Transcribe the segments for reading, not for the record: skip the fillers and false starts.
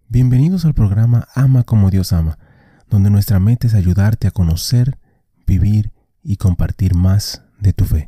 Bienvenidos al programa Ama como Dios ama, donde nuestra meta es ayudarte a conocer, vivir y compartir más de tu fe.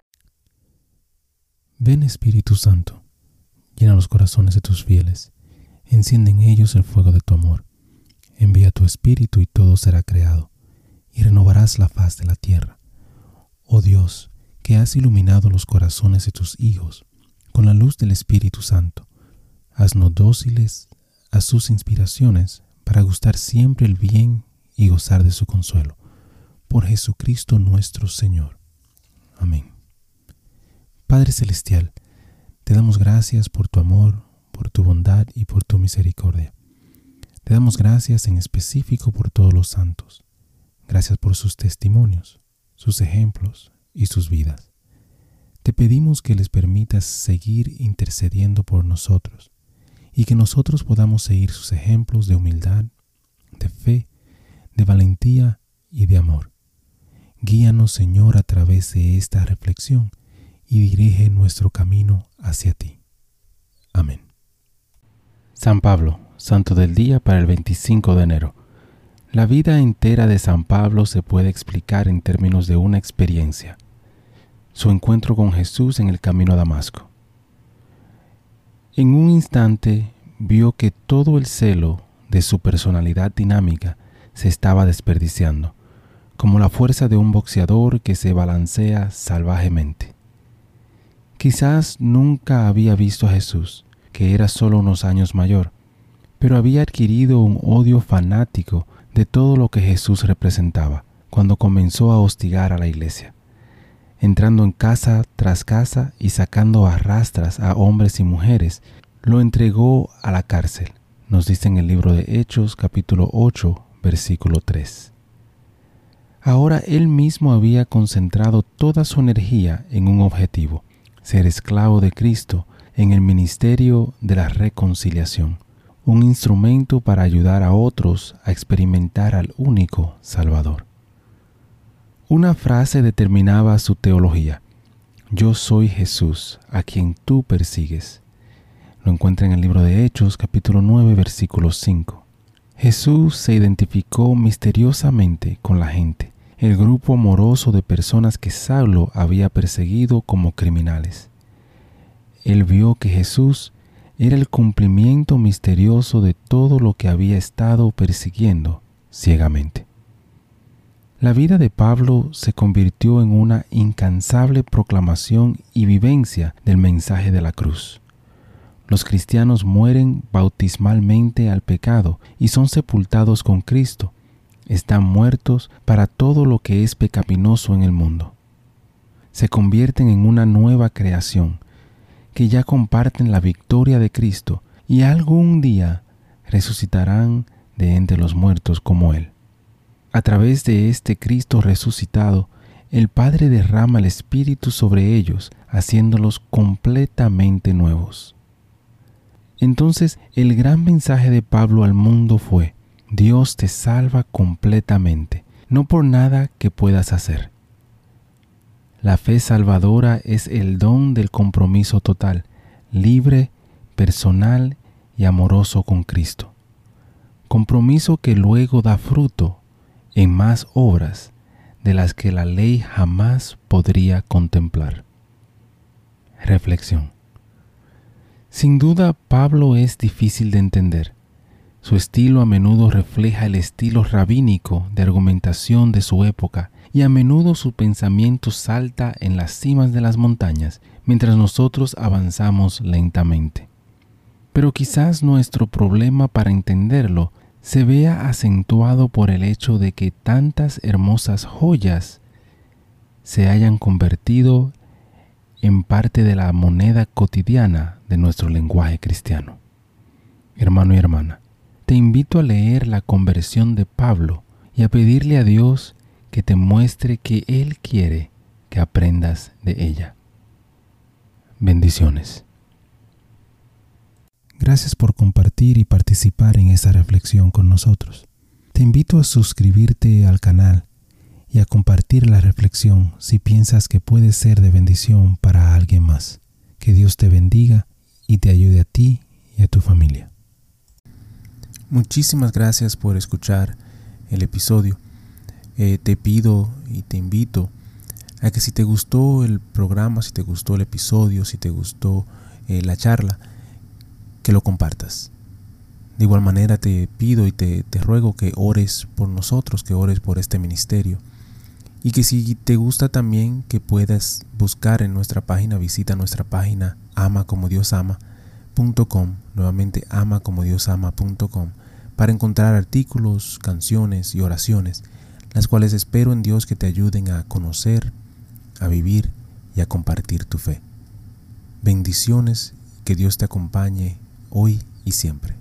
Ven Espíritu Santo, llena los corazones de tus fieles, enciende en ellos el fuego de tu amor. Envía tu Espíritu y todo será creado, y renovarás la faz de la tierra. Oh Dios, que has iluminado los corazones de tus hijos con la luz del Espíritu Santo, haznos dóciles a sus inspiraciones para gustar siempre el bien y gozar de su consuelo. Por Jesucristo nuestro Señor. Amén. Padre Celestial, te damos gracias por tu amor, por tu bondad y por tu misericordia. Te damos gracias en específico por todos los santos. Gracias por sus testimonios, sus ejemplos y sus vidas. Te pedimos que les permitas seguir intercediendo por nosotros y que nosotros podamos seguir sus ejemplos de humildad, de fe, de valentía y de amor. Guíanos, Señor, a través de esta reflexión y dirige nuestro camino hacia ti. Amén. San Pablo, santo del día para el 25 de enero. La vida entera de San Pablo se puede explicar en términos de una experiencia: su encuentro con Jesús en el camino a Damasco. En un instante vio que todo el celo de su personalidad dinámica se estaba desperdiciando, como la fuerza de un boxeador que se balancea salvajemente. Quizás nunca había visto a Jesús, que era solo unos años mayor, pero había adquirido un odio fanático de todo lo que Jesús representaba cuando comenzó a hostigar a la iglesia, entrando en casa tras casa y sacando a rastras a hombres y mujeres. Lo entregó a la cárcel, nos dice en el libro de Hechos, capítulo 8, versículo 3. Ahora él mismo había concentrado toda su energía en un objetivo: ser esclavo de Cristo en el ministerio de la reconciliación, un instrumento para ayudar a otros a experimentar al único Salvador. Una frase determinaba su teología: yo soy Jesús, a quien tú persigues. Lo encuentra en el libro de Hechos, capítulo 9, versículo 5. Jesús se identificó misteriosamente con la gente, el grupo amoroso de personas que Saulo había perseguido como criminales. Él vio que Jesús era el cumplimiento misterioso de todo lo que había estado persiguiendo ciegamente. La vida de Pablo se convirtió en una incansable proclamación y vivencia del mensaje de la cruz. Los cristianos mueren bautismalmente al pecado y son sepultados con Cristo. Están muertos para todo lo que es pecaminoso en el mundo. Se convierten en una nueva creación, que ya comparten la victoria de Cristo y algún día resucitarán de entre los muertos como Él. A través de este Cristo resucitado, el Padre derrama el Espíritu sobre ellos, haciéndolos completamente nuevos. Entonces, el gran mensaje de Pablo al mundo fue: Dios te salva completamente, no por nada que puedas hacer. La fe salvadora es el don del compromiso total, libre, personal y amoroso con Cristo. Compromiso que luego da fruto en más obras de las que la ley jamás podría contemplar. Reflexión. Sin duda, Pablo es difícil de entender. Su estilo a menudo refleja el estilo rabínico de argumentación de su época, y a menudo su pensamiento salta en las cimas de las montañas mientras nosotros avanzamos lentamente. Pero quizás nuestro problema para entenderlo se vea acentuado por el hecho de que tantas hermosas joyas se hayan convertido en parte de la moneda cotidiana de nuestro lenguaje cristiano. Hermano y hermana, te invito a leer la conversión de Pablo y a pedirle a Dios que te muestre que Él quiere que aprendas de ella. Bendiciones. Gracias por compartir y participar en esta reflexión con nosotros. Te invito a suscribirte al canal y a compartir la reflexión si piensas que puede ser de bendición para alguien más. Que Dios te bendiga y te ayude a ti y a tu familia. Muchísimas gracias por escuchar el episodio. Te pido y te invito a que si te gustó el programa, si te gustó el episodio, si te gustó la charla, que lo compartas. De igual manera te pido y te ruego que ores por nosotros, que ores por este ministerio. Y que si te gusta también que puedas buscar en nuestra página, visita nuestra página amacomodiosama.com, nuevamente amacomodiosama.com, para encontrar artículos, canciones y oraciones, las cuales espero en Dios que te ayuden a conocer, a vivir y a compartir tu fe. Bendiciones, que Dios te acompañe hoy y siempre.